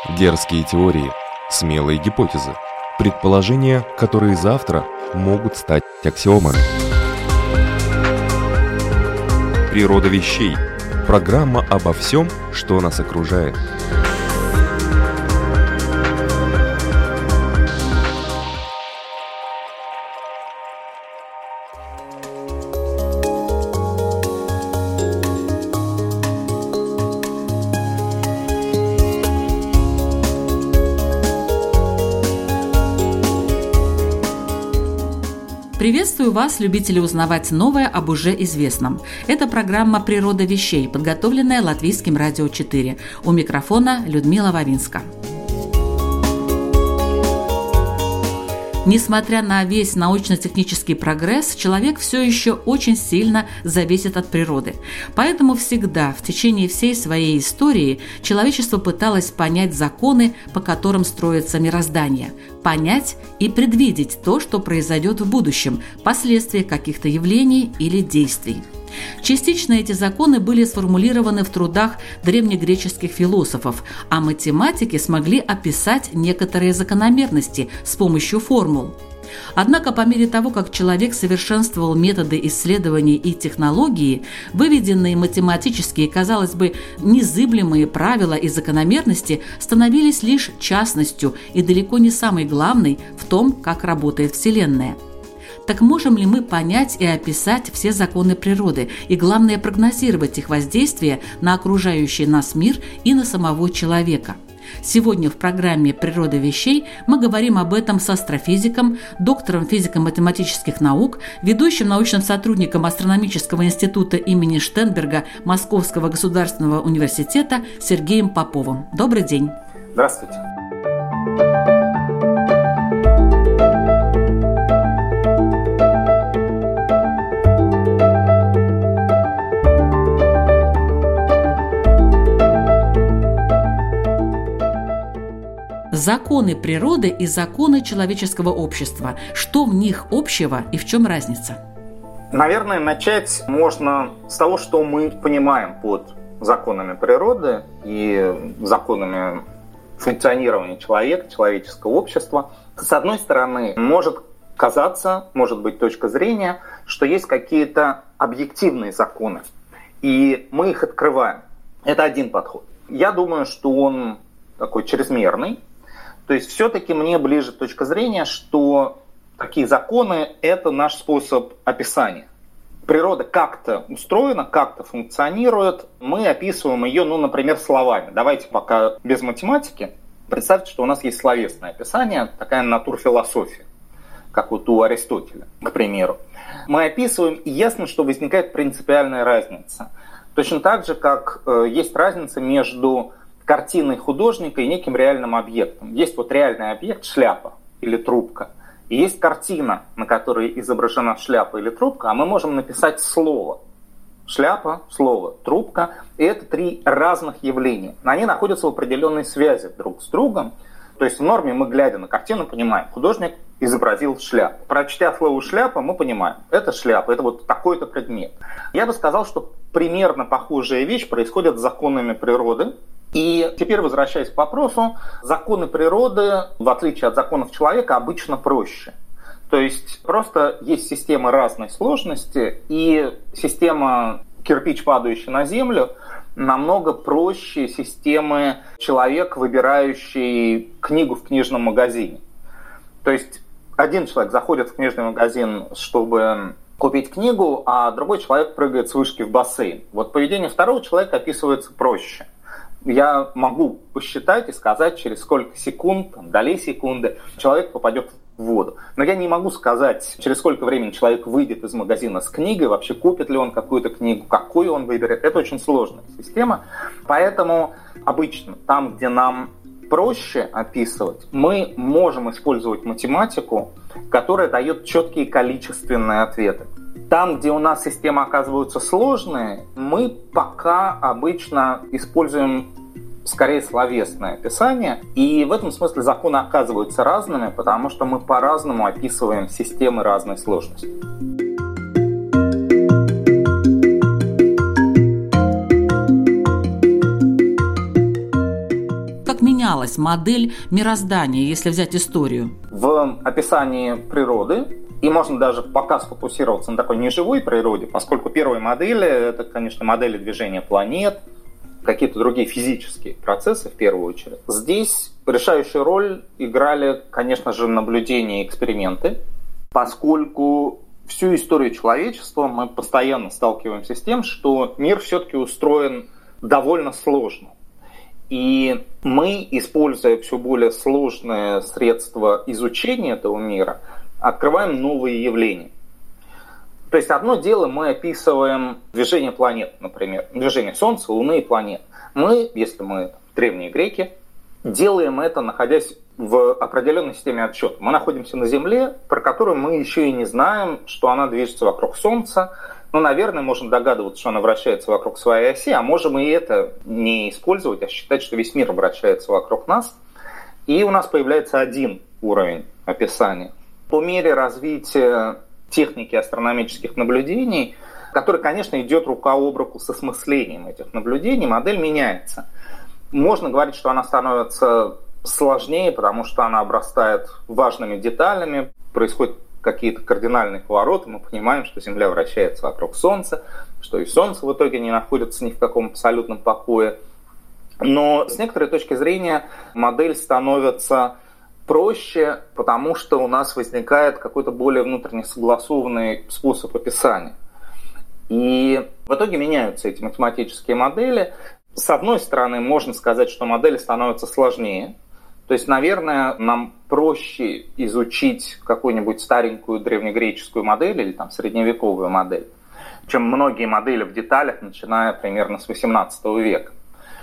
Дерзкие теории, смелые гипотезы, предположения, которые завтра могут стать аксиомами. Природа вещей. Программа обо всем, что нас окружает. Приветствую вас, любители узнавать новое об уже известном. Это программа «Природа вещей», подготовленная Латвийским радио 4. У микрофона Людмила Вавинска. Несмотря на весь научно-технический прогресс, человек все еще очень сильно зависит от природы. Поэтому всегда, в течение всей своей истории, человечество пыталось понять законы, по которым строится мироздание, понять и предвидеть то, что произойдет в будущем, последствия каких-то явлений или действий. Частично эти законы были сформулированы в трудах древнегреческих философов, а математики смогли описать некоторые закономерности с помощью формул. Однако по мере того, как человек совершенствовал методы исследований и технологии, выведенные математические, казалось бы, незыблемые правила и закономерности становились лишь частностью и далеко не самой главной в том, как работает Вселенная. Так можем ли мы понять и описать все законы природы и, главное, прогнозировать их воздействие на окружающий нас мир и на самого человека? Сегодня в программе «Природа вещей» мы говорим об этом с астрофизиком, доктором физико-математических наук, ведущим научным сотрудником Астрономического института имени Штенберга Московского государственного университета Сергеем Поповым. Добрый день. Здравствуйте. Законы природы и законы человеческого общества. Что в них общего и в чем разница? Наверное, начать можно с того, что мы понимаем под законами природы и законами функционирования человека, человеческого общества. С одной стороны, может казаться, может быть точка зрения, что есть какие-то объективные законы, и мы их открываем. Это один подход. Я думаю, что он такой чрезмерный. То есть все-таки мне ближе точка зрения, что такие законы – это наш способ описания. Природа как-то устроена, как-то функционирует. Мы описываем ее, например, словами. Давайте пока без математики. Представьте, что у нас есть словесное описание, такая натурфилософия, как вот у Аристотеля, к примеру. Мы описываем, и ясно, что возникает принципиальная разница. Точно так же, как есть разница между картиной художника и неким реальным объектом. Есть вот реальный объект, шляпа или трубка, и есть картина, на которой изображена шляпа или трубка, а мы можем написать слово. Шляпа, слово, трубка, и это три разных явления. Они находятся в определенной связи друг с другом. То есть в норме мы, глядя на картину, понимаем, художник изобразил шляпу. Прочтя слово «шляпа», мы понимаем, это шляпа, это вот такой-то предмет. Я бы сказал, что примерно похожая вещь происходит с законами природы. И теперь, возвращаясь к вопросу, законы природы, в отличие от законов человека, обычно проще. То есть просто есть системы разной сложности, и система кирпич, падающий на землю, намного проще системы человек, выбирающий книгу в книжном магазине. То есть один человек заходит в книжный магазин, чтобы купить книгу, а другой человек прыгает с вышки в бассейн. Вот поведение второго человека описывается проще. Я могу посчитать и сказать, через сколько секунд, долей секунды человек попадет в воду. Но я не могу сказать, через сколько времени человек выйдет из магазина с книгой, вообще купит ли он какую-то книгу, какую он выберет. Это очень сложная система. Поэтому обычно там, где нам проще описывать, мы можем использовать математику, которая дает четкие количественные ответы. Там, где у нас системы оказываются сложные, мы пока обычно используем скорее словесное описание. И в этом смысле законы оказываются разными, потому что мы по-разному описываем системы разной сложности. менялась модель мироздания, если взять историю? В описании природы, и можно даже пока сфокусироваться на такой неживой природе, поскольку первые модели – это, конечно, модели движения планет, какие-то другие физические процессы в первую очередь. Здесь решающую роль играли, конечно же, наблюдения и эксперименты, поскольку всю историю человечества мы постоянно сталкиваемся с тем, что мир все-таки устроен довольно сложно. И мы, используя все более сложные средства изучения этого мира, открываем новые явления. То есть одно дело мы описываем движение планет, например, движение Солнца, Луны и планет. Мы, если мы древние греки, делаем это, находясь в определенной системе отсчета. Мы находимся на Земле, про которую мы еще и не знаем, что она движется вокруг Солнца. Ну, наверное, можем догадываться, что она вращается вокруг своей оси, а можем и это не использовать, а считать, что весь мир вращается вокруг нас. И у нас появляется один уровень описания. По мере развития техники астрономических наблюдений, который, конечно, идет рука об руку с осмыслением этих наблюдений, модель меняется. Можно говорить, что она становится сложнее, потому что она обрастает важными деталями, происходят какие-то кардинальные повороты, мы понимаем, что Земля вращается вокруг Солнца, что и Солнце в итоге не находится ни в каком абсолютном покое. Но с некоторой точки зрения модель становится проще, потому что у нас возникает какой-то более внутренне согласованный способ описания. И в итоге меняются эти математические модели. С одной стороны, можно сказать, что модели становятся сложнее. То есть, наверное, нам проще изучить какую-нибудь старенькую древнегреческую модель или там средневековую модель, чем многие модели в деталях, начиная примерно с XVIII века.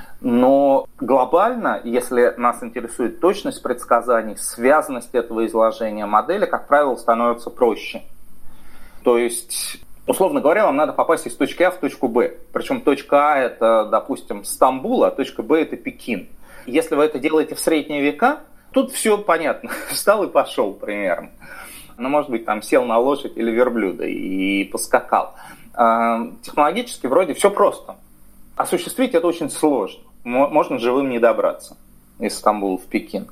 Но глобально, если нас интересует точность предсказаний, связанность этого изложения модели, как правило, становится проще. То есть, условно говоря, вам надо попасть из точки А в точку Б. Причем точка А – это, допустим, Стамбул, а точка Б – это Пекин. Если вы это делаете в средние века, тут все понятно. Встал и пошел примерно. Ну, может быть, там сел на лошадь или верблюда и поскакал. Технологически вроде все просто. Осуществить это очень сложно. Можно живым не добраться из Стамбула в Пекин.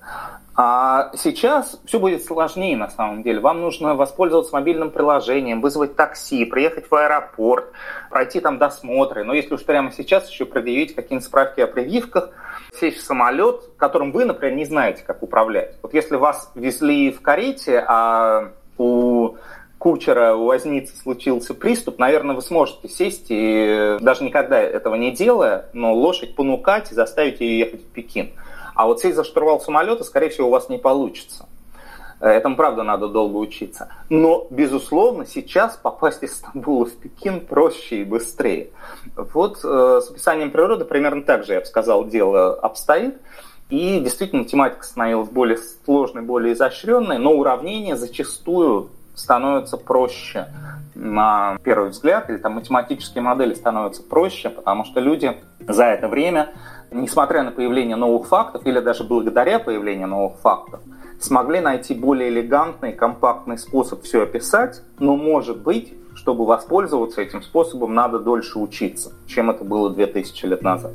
А сейчас все будет сложнее на самом деле. Вам нужно воспользоваться мобильным приложением, вызвать такси, приехать в аэропорт, пройти там досмотры. Но если уж прямо сейчас еще предъявить какие-нибудь справки о прививках, сесть в самолет, которым вы, например, не знаете, как управлять. Вот если вас везли в карете, а у кучера, у возницы случился приступ, наверное, вы сможете сесть и, даже никогда этого не делая, но лошадь понукать и заставить ее ехать в Пекин. А вот сесть за штурвал самолета, скорее всего, у вас не получится. Этому, правда, надо долго учиться. Но, безусловно, сейчас попасть из Стамбула в Пекин проще и быстрее. Вот с описанием природы примерно так же, я бы сказал, дело обстоит. И действительно, математика становилась более сложной, более изощренной, но уравнения зачастую становятся проще на первый взгляд, или там математические модели становятся проще, потому что люди за это время, несмотря на появление новых фактов, или даже благодаря появлению новых фактов, смогли найти более элегантный, компактный способ все описать, но, может быть, чтобы воспользоваться этим способом, надо дольше учиться, чем это было 2000 лет назад.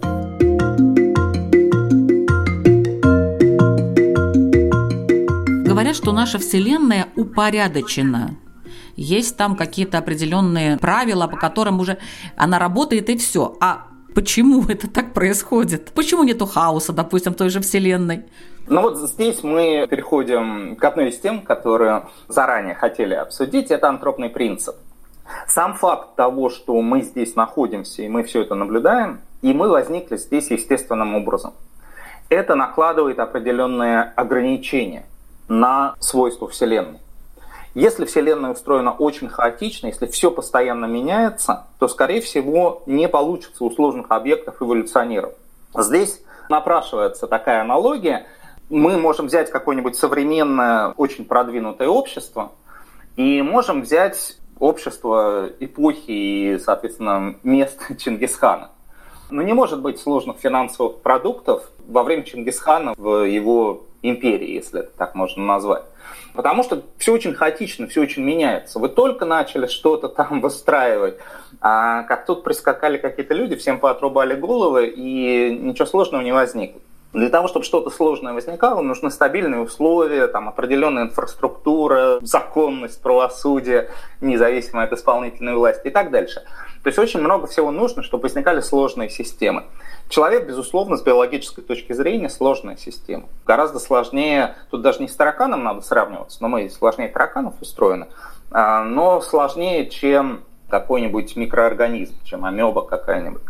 Говорят, что наша Вселенная упорядочена. Есть там какие-то определенные правила, по которым уже она работает и все. А почему это так происходит? Почему нету хаоса, допустим, в той же Вселенной? Ну вот здесь мы переходим к одной из тем, которую заранее хотели обсудить. Это антропный принцип. Сам факт того, что мы здесь находимся и мы все это наблюдаем, и мы возникли здесь естественным образом, это накладывает определенные ограничения на свойства Вселенной. Если Вселенная устроена очень хаотично, если все постоянно меняется, то, скорее всего, не получится у сложных объектов эволюционировать. Здесь напрашивается такая аналогия. Мы можем взять какое-нибудь современное, очень продвинутое общество, и можем взять общество эпохи и, соответственно, мест Чингисхана. Но не может быть сложных финансовых продуктов во время Чингисхана в его империи, если это так можно назвать. Потому что все очень хаотично, все очень меняется. Вы только начали что-то там выстраивать, а как тут прискакали какие-то люди, всем поотрубали головы, и ничего сложного не возникло. Для того, чтобы что-то сложное возникало, нужны стабильные условия, там, определенная инфраструктура, законность, правосудие, независимое от исполнительной власти и так дальше. То есть очень много всего нужно, чтобы возникали сложные системы. Человек, безусловно, с биологической точки зрения сложная система. Гораздо сложнее, тут даже не с тараканом надо сравниваться, но мы сложнее тараканов устроены, но сложнее, чем какой-нибудь микроорганизм, чем амеба какая-нибудь.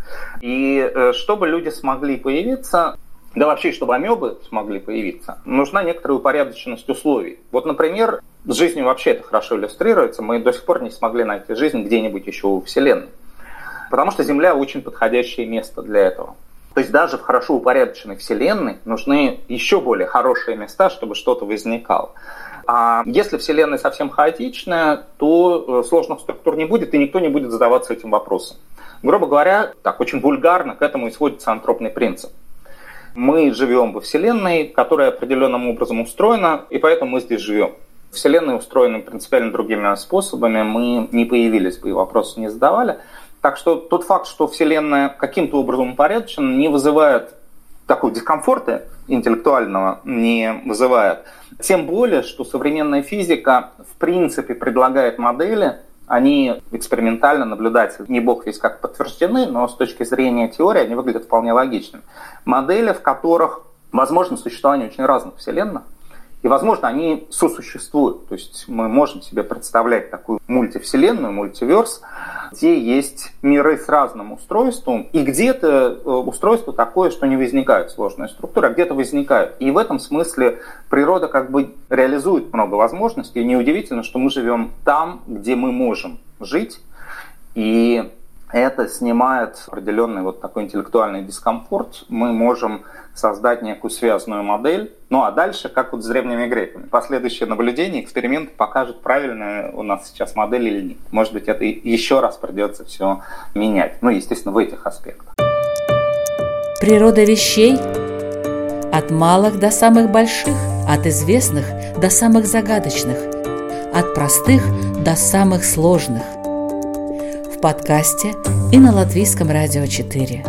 И чтобы люди смогли появиться, да вообще, чтобы амебы смогли появиться, нужна некоторая упорядоченность условий. Вот, например, с жизнью вообще это хорошо иллюстрируется. Мы до сих пор не смогли найти жизнь где-нибудь еще у Вселенной. Потому что Земля очень подходящее место для этого. То есть даже в хорошо упорядоченной Вселенной нужны еще более хорошие места, чтобы что-то возникало. А если Вселенная совсем хаотичная, то сложных структур не будет, и никто не будет задаваться этим вопросом. Грубо говоря, так очень вульгарно к этому и сводится антропный принцип. Мы живем во Вселенной, которая определенным образом устроена, и поэтому мы здесь живем. Вселенная устроена принципиально другими способами, мы не появились бы и вопросы не задавали. Так что тот факт, что Вселенная каким-то образом упорядочена, не вызывает такого дискомфорта интеллектуального, не вызывает. Тем более, что современная физика в принципе предлагает модели, они экспериментально, наблюдательно, не бог весть как подтверждены, но с точки зрения теории они выглядят вполне логичными. Модели, в которых возможно существование очень разных вселенных, и, возможно, они сосуществуют. То есть мы можем себе представлять такую мультивселенную, мультиверс, где есть миры с разным устройством, и где-то устройство такое, что не возникают сложные структуры, а где-то возникают. И в этом смысле природа как бы реализует много возможностей. И неудивительно, что мы живем там, где мы можем жить, и это снимает определенный вот такой интеллектуальный дискомфорт. Мы можем создать некую связанную модель. Ну а дальше, как вот с древними греками, последующие наблюдения, эксперименты покажут, правильная у нас сейчас модель или нет. Может быть, это еще раз придется все менять. Ну, естественно, в этих аспектах. Природа вещей от малых до самых больших, от известных до самых загадочных, от простых до самых сложных. В подкасте и на Латвийском радио 4.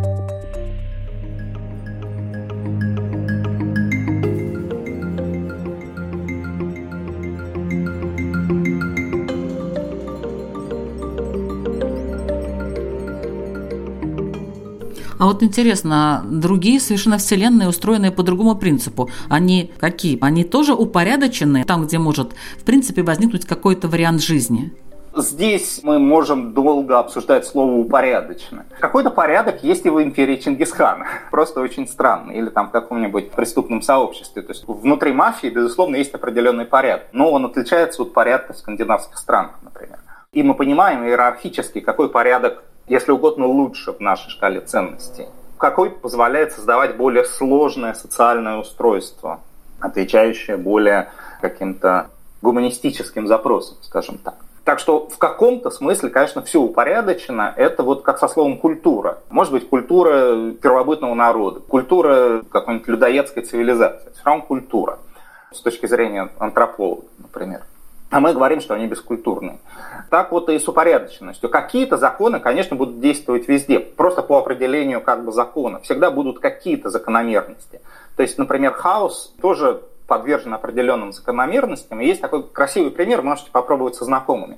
А вот интересно, другие совершенно вселенные, устроенные по другому принципу, они какие? Они тоже упорядочены там, где может, в принципе, возникнуть какой-то вариант жизни? Здесь мы можем долго обсуждать слово «упорядочено». Какой-то порядок есть и в империи Чингисхана. Просто очень странно. Или там в каком-нибудь преступном сообществе. То есть внутри мафии, безусловно, есть определенный порядок. Но он отличается от порядка в скандинавских странах, например. И мы понимаем иерархически, какой порядок, если угодно, лучше в нашей шкале ценностей. Какой позволяет создавать более сложное социальное устройство, отвечающее более каким-то гуманистическим запросам, скажем так. Так что в каком-то смысле, конечно, все упорядочено. Это вот как со словом «культура». Может быть, культура первобытного народа, культура какой-нибудь людоедской цивилизации. Все равно культура, с точки зрения антрополога, например. А мы говорим, что они бескультурные. Так вот и с упорядоченностью. Какие-то законы, конечно, будут действовать везде. Просто по определению как бы закона. Всегда будут какие-то закономерности. То есть, например, хаос тоже подвержен определенным закономерностям. И есть такой красивый пример, можете попробовать со знакомыми.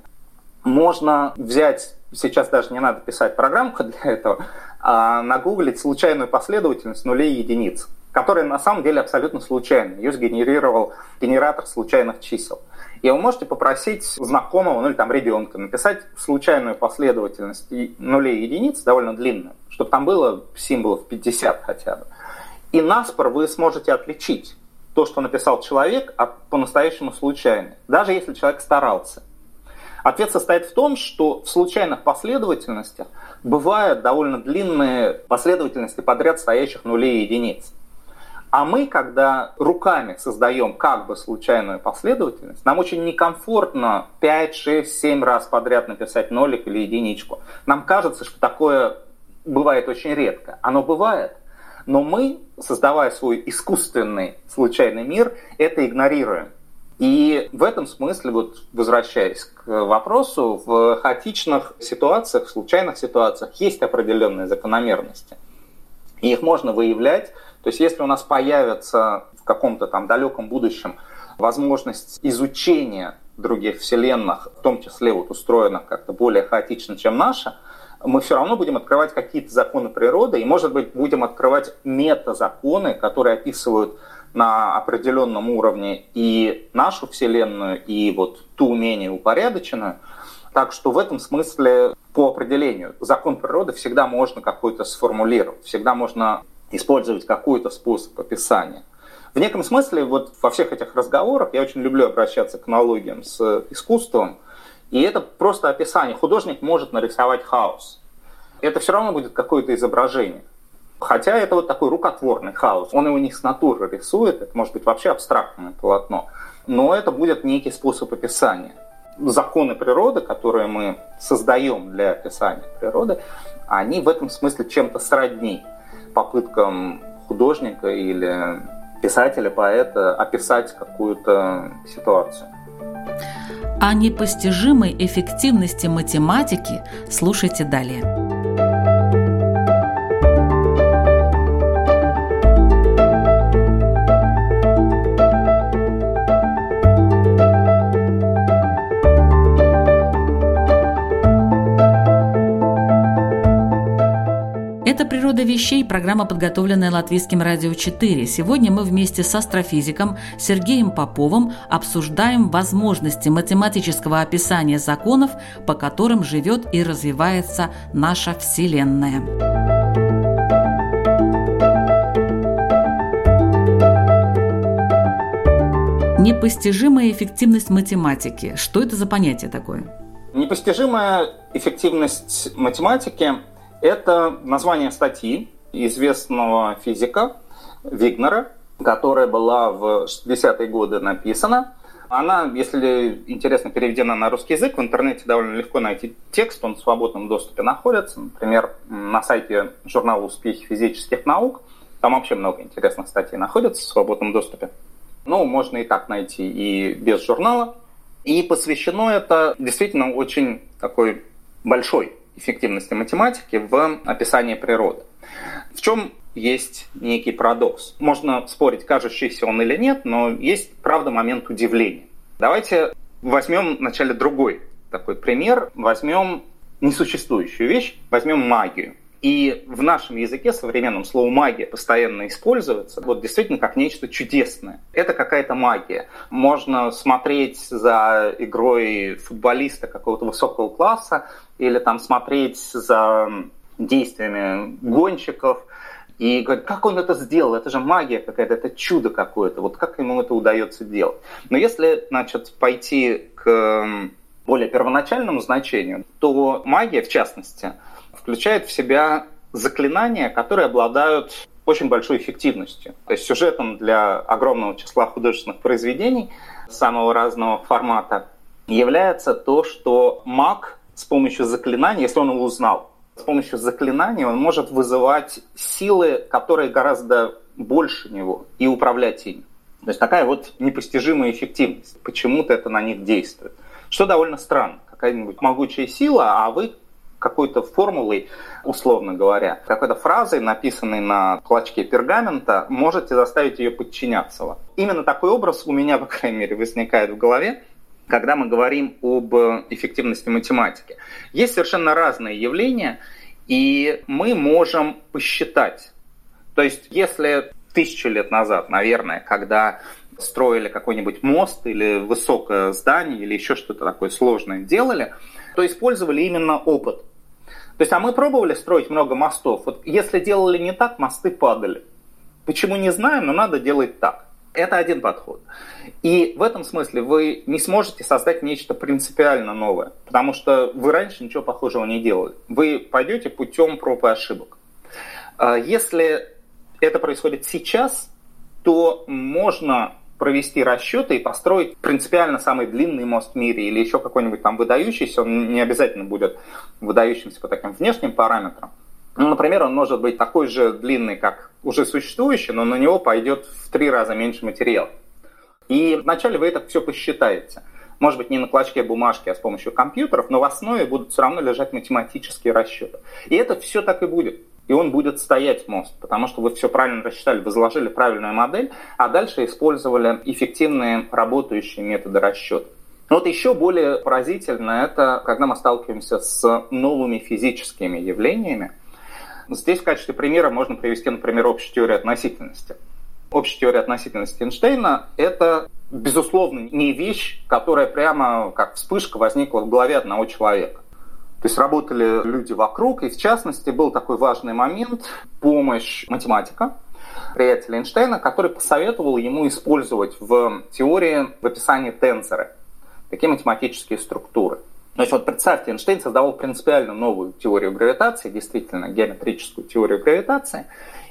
Можно взять, сейчас даже не надо писать программку для этого, а нагуглить случайную последовательность нулей и единиц, которая на самом деле абсолютно случайна. Ее сгенерировал генератор случайных чисел. И вы можете попросить знакомого, ну или там ребенка, написать случайную последовательность нулей и единиц, довольно длинную, чтобы там было символов 50 хотя бы. И наспор вы сможете отличить то, что написал человек, по-настоящему случайно, даже если человек старался. Ответ состоит в том, что в случайных последовательностях бывают довольно длинные последовательности подряд стоящих нулей и единиц. А мы, когда руками создаем как бы случайную последовательность, нам очень некомфортно 5, 6, 7 раз подряд написать нолик или единичку. Нам кажется, что такое бывает очень редко. Оно бывает. Но мы, создавая свой искусственный случайный мир, это игнорируем. И в этом смысле, вот возвращаясь к вопросу, в хаотичных ситуациях, в случайных ситуациях есть определенные закономерности. И их можно выявлять То есть если у нас появится в каком-то там далеком будущем возможность изучения других вселенных, в том числе вот устроенных как-то более хаотично, чем наша, мы все равно будем открывать какие-то законы природы, и, может быть, будем открывать метазаконы, которые описывают на определенном уровне и нашу Вселенную, и вот ту менее упорядоченную. Так что в этом смысле, по определению, закон природы всегда можно какой-то сформулировать, всегда можно использовать какой-то способ описания. В неком смысле, вот во всех этих разговорах я очень люблю обращаться к аналогиям с искусством, и это просто описание. Художник может нарисовать хаос. Это все равно будет какое-то изображение. Хотя это вот такой рукотворный хаос. Он его не с натуры рисует, это может быть вообще абстрактное полотно. Но это будет некий способ описания. Законы природы, которые мы создаем для описания природы, они в этом смысле чем-то сродни попыткам художника или писателя, поэта описать какую-то ситуацию. О непостижимой эффективности математики слушайте далее. Это «Природа вещей», программа, подготовленная Латвийским радио 4. Сегодня мы вместе с астрофизиком Сергеем Поповым обсуждаем возможности математического описания законов, по которым живет и развивается наша Вселенная. Непостижимая эффективность математики. Что это за понятие такое? Непостижимая эффективность математики – это название статьи известного физика Вигнера, которая была в 60-е годы написана. Она, если интересно, переведена на русский язык, в интернете довольно легко найти текст, он в свободном доступе находится. Например, на сайте журнала «Успехи физических наук». Там вообще много интересных статей находится в свободном доступе. Ну, можно и так найти, и без журнала. И посвящено это действительно очень такой большой эффективности математики в описании природы. В чем есть некий парадокс? Можно спорить, кажущийся он или нет, но есть, правда, момент удивления. Давайте возьмем вначале другой такой пример. Возьмем несуществующую вещь, возьмем магию. И в нашем языке современном слово «магия» постоянно используется вот действительно как нечто чудесное. Это какая-то магия. Можно смотреть за игрой футболиста какого-то высокого класса или там смотреть за действиями гонщиков и говорить, как он это сделал, это же магия какая-то, это чудо какое-то, вот как ему это удается делать. Но если, пойти к более первоначальному значению, то магия, в частности, включает в себя заклинания, которые обладают очень большой эффективностью. То есть сюжетом для огромного числа художественных произведений самого разного формата является то, что маг с помощью заклинаний, если он его узнал, с помощью заклинаний он может вызывать силы, которые гораздо больше него, и управлять ими. То есть такая вот непостижимая эффективность. Почему-то это на них действует. Что довольно странно. Какая-нибудь могучая сила, а вы какой-то формулой, условно говоря, какой-то фразой, написанной на клочке пергамента, можете заставить ее подчиняться вам. Именно такой образ у меня, по крайней мере, возникает в голове, когда мы говорим об эффективности математики. Есть совершенно разные явления, и мы можем посчитать. То есть, если 1000 лет назад, наверное, когда строили какой-нибудь мост или высокое здание, или еще что-то такое сложное делали, то использовали именно опыт. То есть, а мы пробовали строить много мостов. Вот если делали не так, мосты падали. Почему, не знаю, но надо делать так. Это один подход. И в этом смысле вы не сможете создать нечто принципиально новое, потому что вы раньше ничего похожего не делали. Вы пойдете путем проб и ошибок. Если это происходит сейчас, то можно провести расчеты и построить принципиально самый длинный мост в мире или еще какой-нибудь там выдающийся, он не обязательно будет выдающимся по таким внешним параметрам. Ну, например, он может быть такой же длинный, как уже существующий, но на него пойдет в 3 раза меньше материала. И вначале вы это все посчитаете. Может быть, не на клочке бумажки, а с помощью компьютеров, но в основе будут все равно лежать математические расчеты. И это все так и будет. и он будет стоять, мост, потому что вы все правильно рассчитали, вы заложили правильную модель, а дальше использовали эффективные работающие методы расчета. Но вот еще более поразительно это, когда мы сталкиваемся с новыми физическими явлениями. Здесь в качестве примера можно привести, например, общую теорию относительности. Общая теория относительности Эйнштейна – это, безусловно, не вещь, которая прямо как вспышка возникла в голове одного человека. То есть работали люди вокруг, и в частности был такой важный момент – помощь математика, приятеля Эйнштейна, который посоветовал ему использовать в теории, в описании тензоры, такие математические структуры. Значит, вот представьте, Эйнштейн создавал принципиально новую теорию гравитации, действительно геометрическую теорию гравитации,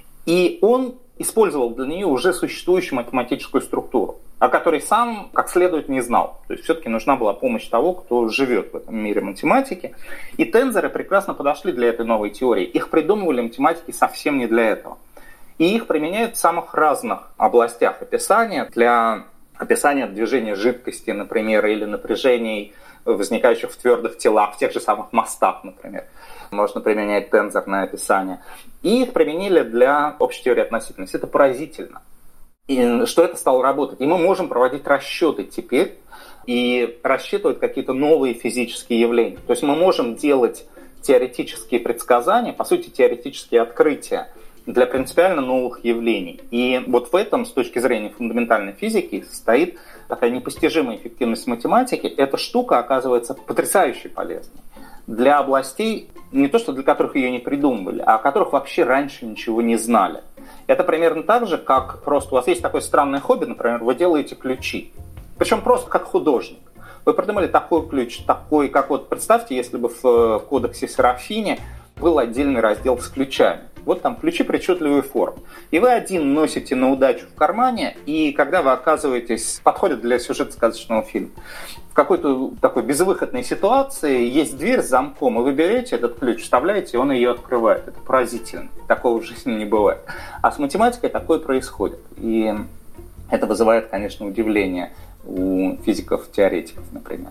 и он использовал для нее уже существующую математическую структуру, о которой сам как следует не знал. То есть все-таки нужна была помощь того, кто живет в этом мире математики. И тензоры прекрасно подошли для этой новой теории. Их придумывали математики совсем не для этого. И их применяют в самых разных областях описания. Для описания движения жидкости, например, или напряжений, возникающих в твердых телах, в тех же самых мостах, например. Можно применять тензорное описание. И их применили для общей теории относительности. Это поразительно. И что это стало работать. И мы можем проводить расчеты теперь и рассчитывать какие-то новые физические явления. То есть мы можем делать теоретические предсказания, по сути, теоретические открытия для принципиально новых явлений. И вот в этом, с точки зрения фундаментальной физики, состоит такая непостижимая эффективность математики. Эта штука оказывается потрясающе полезной для областей, не то что для которых ее не придумывали, а о которых вообще раньше ничего не знали. Это примерно так же, как просто у вас есть такое странное хобби, например, вы делаете ключи. Причем просто как художник. Вы придумали такой ключ, такой, как вот представьте, если бы в кодексе Серафини был отдельный раздел с ключами. Вот там ключи причудливой формы. И вы один носите на удачу в кармане, и когда вы оказываетесь, подходит для сюжета сказочного фильма, в какой-то такой безвыходной ситуации, есть дверь с замком, и вы берете этот ключ, вставляете, и он ее открывает. Это поразительно. Такого в жизни не бывает. А с математикой такое происходит. И это вызывает, конечно, удивление у физиков-теоретиков, например.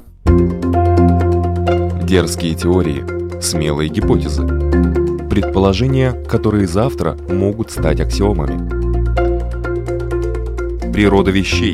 Дерзкие теории, смелые гипотезы. Предположения, которые завтра могут стать аксиомами. Природа вещей.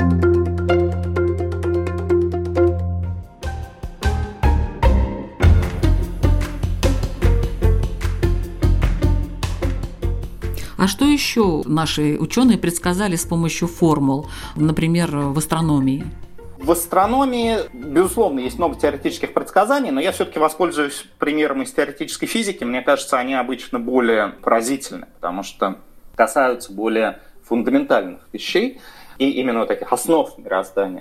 А что еще наши ученые предсказали с помощью формул, например, в астрономии? В астрономии, безусловно, есть много теоретических предсказаний, но я все-таки воспользуюсь примером из теоретической физики. Мне кажется, они обычно более поразительны, потому что касаются более фундаментальных вещей и именно вот таких основ мироздания.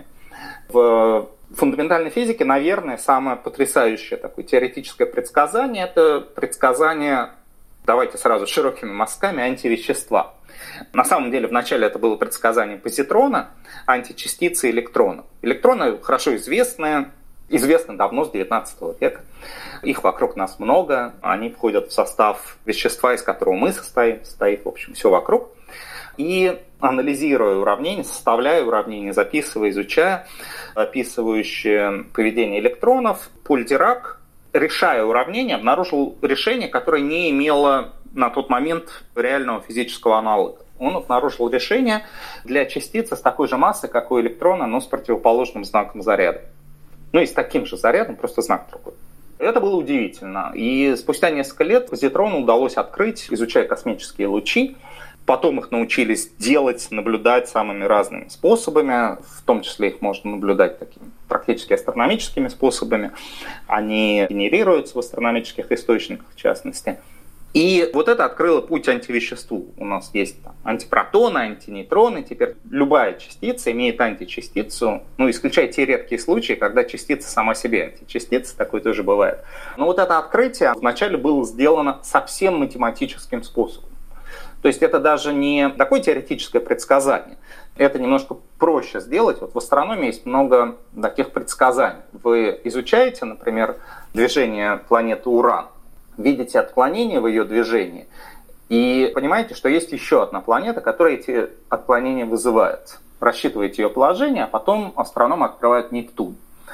В фундаментальной физике, наверное, самое потрясающее такое теоретическое предсказание – это предсказание, давайте сразу широкими мазками, антивещества. На самом деле, вначале это было предсказание позитрона, античастицы электрона. Электроны хорошо известны давно, с 19 века. Их вокруг нас много, они входят в состав вещества, из которого мы состоит, в общем, все вокруг. И анализируя уравнения, составляя уравнения, записывая, изучая, описывающие поведение электронов, Поль Дирак, решая уравнение, обнаружил решение, которое не имело на тот момент реального физического аналога. Он обнаружил решение для частицы с такой же массой, как у электрона, но с противоположным знаком заряда. Ну и с таким же зарядом, просто знак другой. Это было удивительно. И спустя несколько лет позитрону удалось открыть, изучая космические лучи. Потом их научились делать, наблюдать самыми разными способами. В том числе их можно наблюдать такими практически астрономическими способами. Они генерируются в астрономических источниках, в частности. И вот это открыло путь антивеществу. У нас есть там антипротоны, антинейтроны. Теперь любая частица имеет античастицу, исключая те редкие случаи, когда частица сама себе античастица, такое тоже бывает. Но вот это открытие вначале было сделано совсем математическим способом. То есть это даже не такое теоретическое предсказание. Это немножко проще сделать. Вот в астрономии есть много таких предсказаний. Вы изучаете, например, движение планеты Уран, видите отклонения в ее движении и понимаете, что есть еще одна планета, которая эти отклонения вызывает. Рассчитываете ее положение, а потом астрономы открывают Нептун.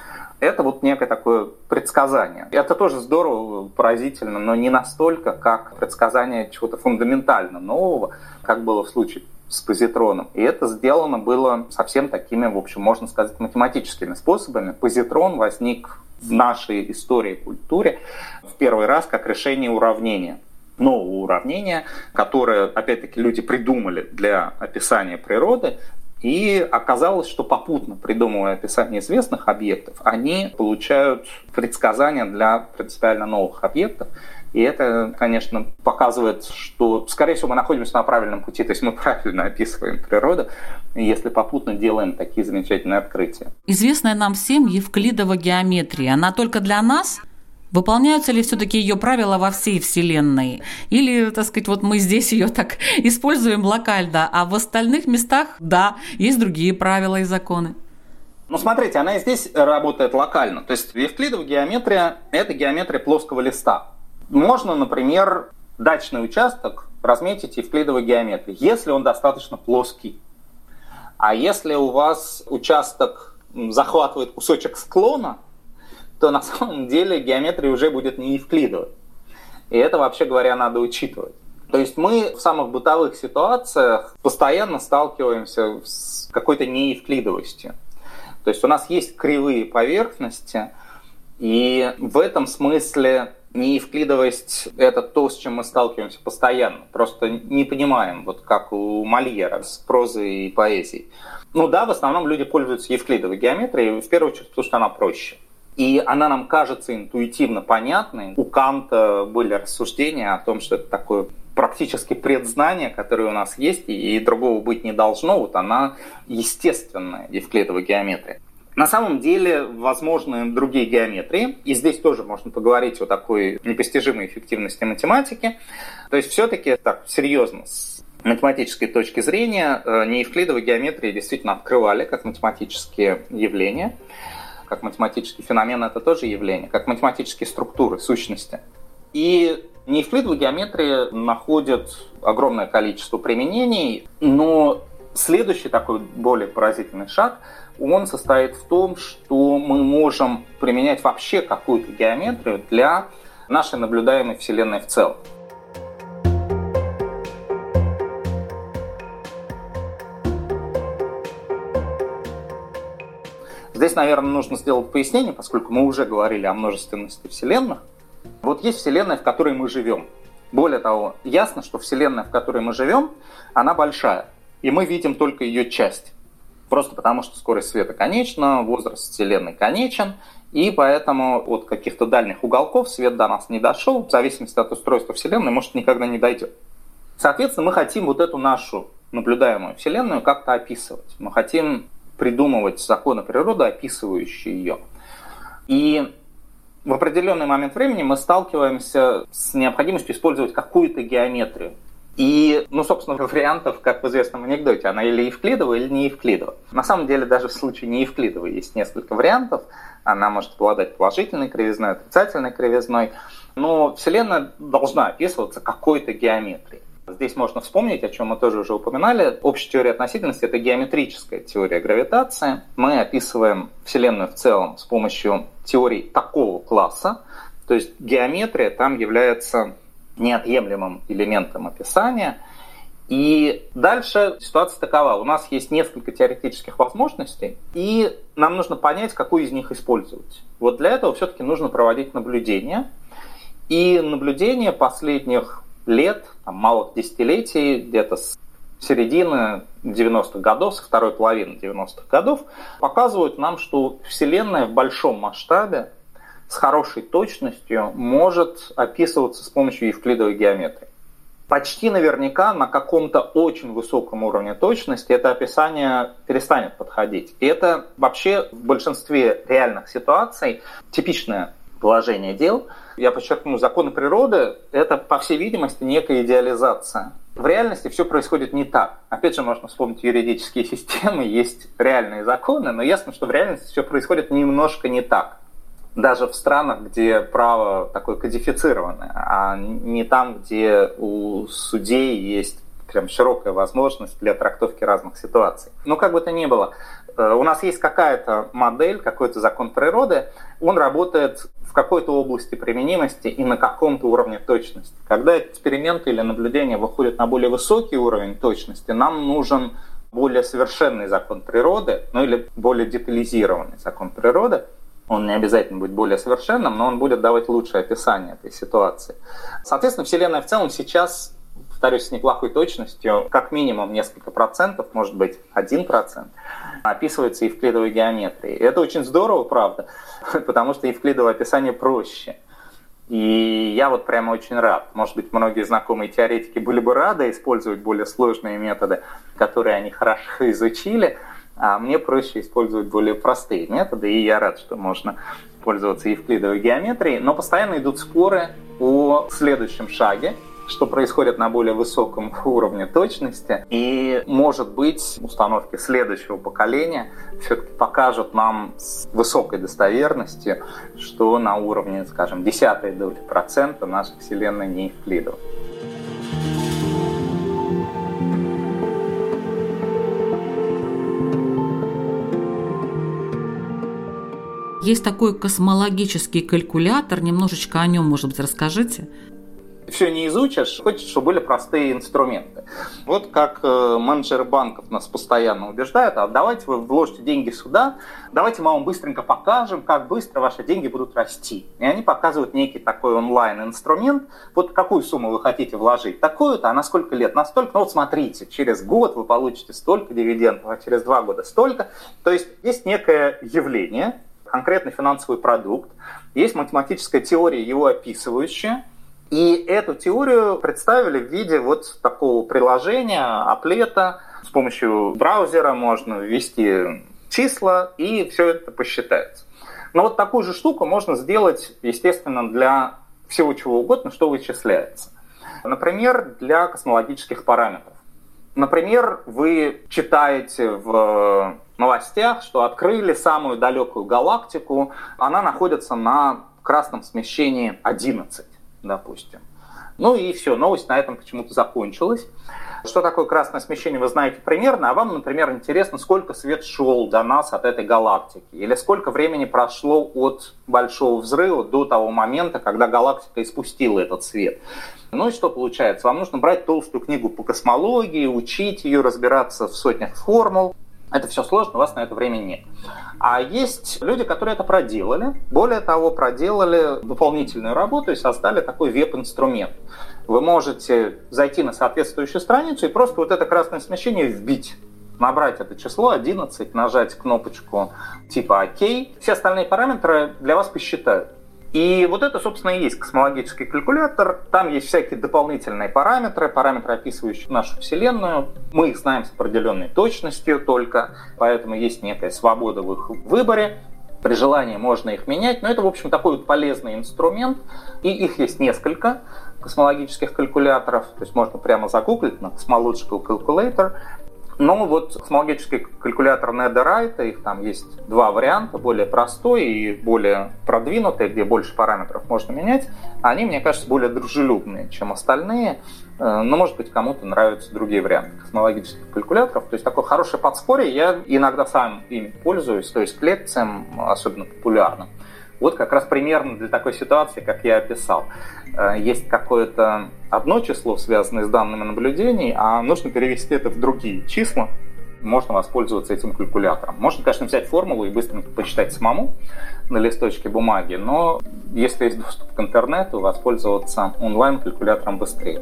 Это вот некое такое предсказание. Это тоже здорово, поразительно, но не настолько, как предсказание чего-то фундаментально нового, как было в случае с позитроном. И это сделано было совсем такими, в общем, можно сказать, математическими способами. Позитрон возник в нашей истории и культуре в первый раз как решение уравнения. Нового уравнения, которое, опять-таки, люди придумали для описания природы. И оказалось, что попутно придумывая описание известных объектов, они получают предсказания для принципиально новых объектов. И это, конечно, показывает, что, скорее всего, мы находимся на правильном пути, то есть мы правильно описываем природу, если попутно делаем такие замечательные открытия. Известная нам всем Евклидова геометрия, она только для нас? Выполняются ли все-таки ее правила во всей Вселенной? Или, так сказать, вот мы здесь ее так используем локально, а в остальных местах, да, есть другие правила и законы? Ну, смотрите, она и здесь работает локально. То есть Евклидова геометрия – это геометрия плоского листа. Можно, например, дачный участок разметить Евклидовой геометрией, если он достаточно плоский. А если у вас участок захватывает кусочек склона, то на самом деле геометрия уже будет не евклидовой. И это, вообще говоря, надо учитывать. То есть мы в самых бытовых ситуациях постоянно сталкиваемся с какой-то неевклидовостью. То есть у нас есть кривые поверхности, и в этом смысле неевклидовость – это то, с чем мы сталкиваемся постоянно. Просто не понимаем, вот как у Мольера с прозой и поэзией. Ну да, в основном люди пользуются евклидовой геометрией, в первую очередь, потому что она проще. И она нам кажется интуитивно понятной. У Канта были рассуждения о том, что это такое практически предзнание, которое у нас есть, и другого быть не должно. Вот она естественная, Евклидова геометрия. На самом деле возможны другие геометрии, и здесь тоже можно поговорить о такой непостижимой эффективности математики. То есть все-таки так серьезно, с математической точки зрения, неевклидовые геометрии действительно открывали как математические явления. Как математический феномен – это тоже явление, как математические структуры, сущности. И неевклидовые геометрии находят огромное количество применений, но следующий такой более поразительный шаг, он состоит в том, что мы можем применять вообще какую-то геометрию для нашей наблюдаемой Вселенной в целом. Здесь, наверное, нужно сделать пояснение, поскольку мы уже говорили о множественности вселенных. Вот есть вселенная, в которой мы живем. Более того, ясно, что вселенная, в которой мы живем, она большая, и мы видим только ее часть. Просто потому, что скорость света конечна, возраст вселенной конечен, и поэтому от каких-то дальних уголков свет до нас не дошел, в зависимости от устройства вселенной, может, никогда не дойдет. Соответственно, мы хотим вот эту нашу наблюдаемую вселенную как-то описывать. Мы хотим придумывать законы природы, описывающие ее. И в определенный момент времени мы сталкиваемся с необходимостью использовать какую-то геометрию. И, собственно, вариантов, как в известном анекдоте, она или евклидова, или не евклидова. На самом деле, даже в случае не евклидовой есть несколько вариантов. Она может обладать положительной кривизной, отрицательной кривизной. Но Вселенная должна описываться какой-то геометрией. Здесь можно вспомнить, о чем мы тоже уже упоминали. Общая теория относительности – это геометрическая теория гравитации. Мы описываем Вселенную в целом с помощью теорий такого класса. То есть геометрия там является неотъемлемым элементом описания. И дальше ситуация такова. У нас есть несколько теоретических возможностей, и нам нужно понять, какую из них использовать. Вот для этого все-таки нужно проводить наблюдения. И наблюдения последних лет, малых десятилетий, где-то с середины 90-х годов, со второй половины 90-х годов, показывают нам, что Вселенная в большом масштабе с хорошей точностью может описываться с помощью евклидовой геометрии. Почти наверняка на каком-то очень высоком уровне точности это описание перестанет подходить. И это вообще в большинстве реальных ситуаций типичное положение дел. Я подчеркну, законы природы – это, по всей видимости, некая идеализация. В реальности все происходит не так. Опять же, можно вспомнить юридические системы, есть реальные законы, но ясно, что в реальности все происходит немножко не так. Даже в странах, где право такое кодифицированное, а не там, где у судей есть прям широкая возможность для трактовки разных ситуаций. Но как бы то ни было, у нас есть какая-то модель, какой-то закон природы, он работает в какой-то области применимости и на каком-то уровне точности. Когда эксперименты или наблюдения выходят на более высокий уровень точности, нам нужен более совершенный закон природы, ну или более детализированный закон природы. Он не обязательно будет более совершенным, но он будет давать лучшее описание этой ситуации. Соответственно, Вселенная в целом сейчас, повторюсь, с неплохой точностью, как минимум несколько процентов, может быть 1%, описывается евклидовой геометрией. И это очень здорово, правда, потому что евклидовое описание проще. И я вот прямо очень рад. Может быть, многие знакомые теоретики были бы рады использовать более сложные методы, которые они хорошо изучили, а мне проще использовать более простые методы, и я рад, что можно пользоваться евклидовой геометрией. Но постоянно идут споры о следующем шаге, что происходит на более высоком уровне точности. И, может быть, установки следующего поколения все-таки покажут нам с высокой достоверностью, что на уровне, скажем, 0,1% наша Вселенная не евклидова. Есть такой космологический калькулятор, немножечко о нем, может быть, расскажите? Все не изучишь, хочется, чтобы были простые инструменты. Вот как менеджеры банков нас постоянно убеждают, а давайте вы вложите деньги сюда, давайте мы вам быстренько покажем, как быстро ваши деньги будут расти. И они показывают некий такой онлайн-инструмент, вот какую сумму вы хотите вложить, такую-то, а на сколько лет, настолько, ну вот смотрите, через год вы получите столько дивидендов, а через 2 года столько. То есть есть некое явление, конкретный финансовый продукт, есть математическая теория, его описывающая, и эту теорию представили в виде вот такого приложения, аплета. С помощью браузера можно ввести числа, и все это посчитается. Но вот такую же штуку можно сделать, естественно, для всего чего угодно, что вычисляется. Например, для космологических параметров. Например, вы читаете в новостях, что открыли самую далекую галактику, она находится на красном смещении 11, допустим. Ну и все, новость на этом почему-то закончилась. Что такое красное смещение, вы знаете примерно, а вам, например, интересно, сколько свет шел до нас от этой галактики, или сколько времени прошло от Большого взрыва до того момента, когда галактика испустила этот свет. Ну и что получается? Вам нужно брать толстую книгу по космологии, учить ее, разбираться в сотнях формул. Это все сложно, у вас на это времени нет. А есть люди, которые это проделали. Более того, проделали дополнительную работу и создали такой веб-инструмент. Вы можете зайти на соответствующую страницу и просто вот это красное смещение вбить. Набрать это число 11, нажать кнопочку типа ОК. Все остальные параметры для вас посчитают. И вот это, собственно, и есть космологический калькулятор. Там есть всякие дополнительные параметры, описывающие нашу Вселенную. Мы их знаем с определенной точностью только, поэтому есть некая свобода в их выборе. При желании можно их менять, но это, в общем, такой вот полезный инструмент. И их есть несколько космологических калькуляторов. То есть можно прямо загуглить на Cosmological Calculator. Но вот космологический калькулятор Netherite, их там есть 2 варианта, более простой и более продвинутый, где больше параметров можно менять. Они, мне кажется, более дружелюбные, чем остальные. Но, может быть, кому-то нравятся другие варианты космологических калькуляторов. То есть такое хорошее подспорье. Я иногда сам ими пользуюсь, то есть к лекциям, особенно популярным. Вот как раз примерно для такой ситуации, как я описал. Есть какое-то одно число, связанное с данными наблюдений, а нужно перевести это в другие числа. Можно воспользоваться этим калькулятором. Можно, конечно, взять формулу и быстренько посчитать самому на листочке бумаги, но если есть доступ к интернету, воспользоваться онлайн-калькулятором быстрее.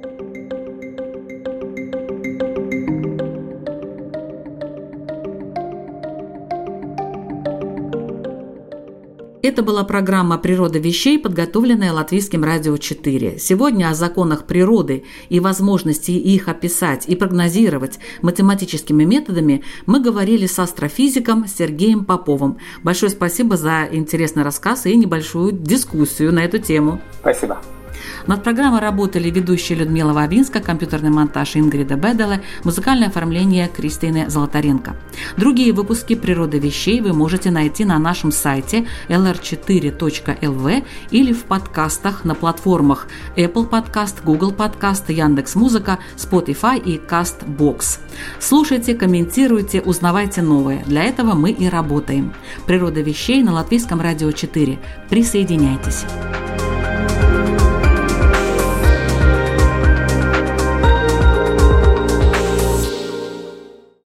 Это была программа «Природа вещей», подготовленная Латвийским радио 4. Сегодня о законах природы и возможности их описать и прогнозировать математическими методами мы говорили с астрофизиком Сергеем Поповым. Большое спасибо за интересный рассказ и небольшую дискуссию на эту тему. Спасибо. Над программой работали ведущая Людмила Вавинска, компьютерный монтаж Ингрида Беделе, музыкальное оформление Кристины Золотаренко. Другие выпуски «Природа вещей» вы можете найти на нашем сайте lr4.lv или в подкастах на платформах Apple Podcast, Google Podcast, Яндекс.Музыка, Spotify и CastBox. Слушайте, комментируйте, узнавайте новое. Для этого мы и работаем. «Природа вещей» на Латвийском радио 4. Присоединяйтесь.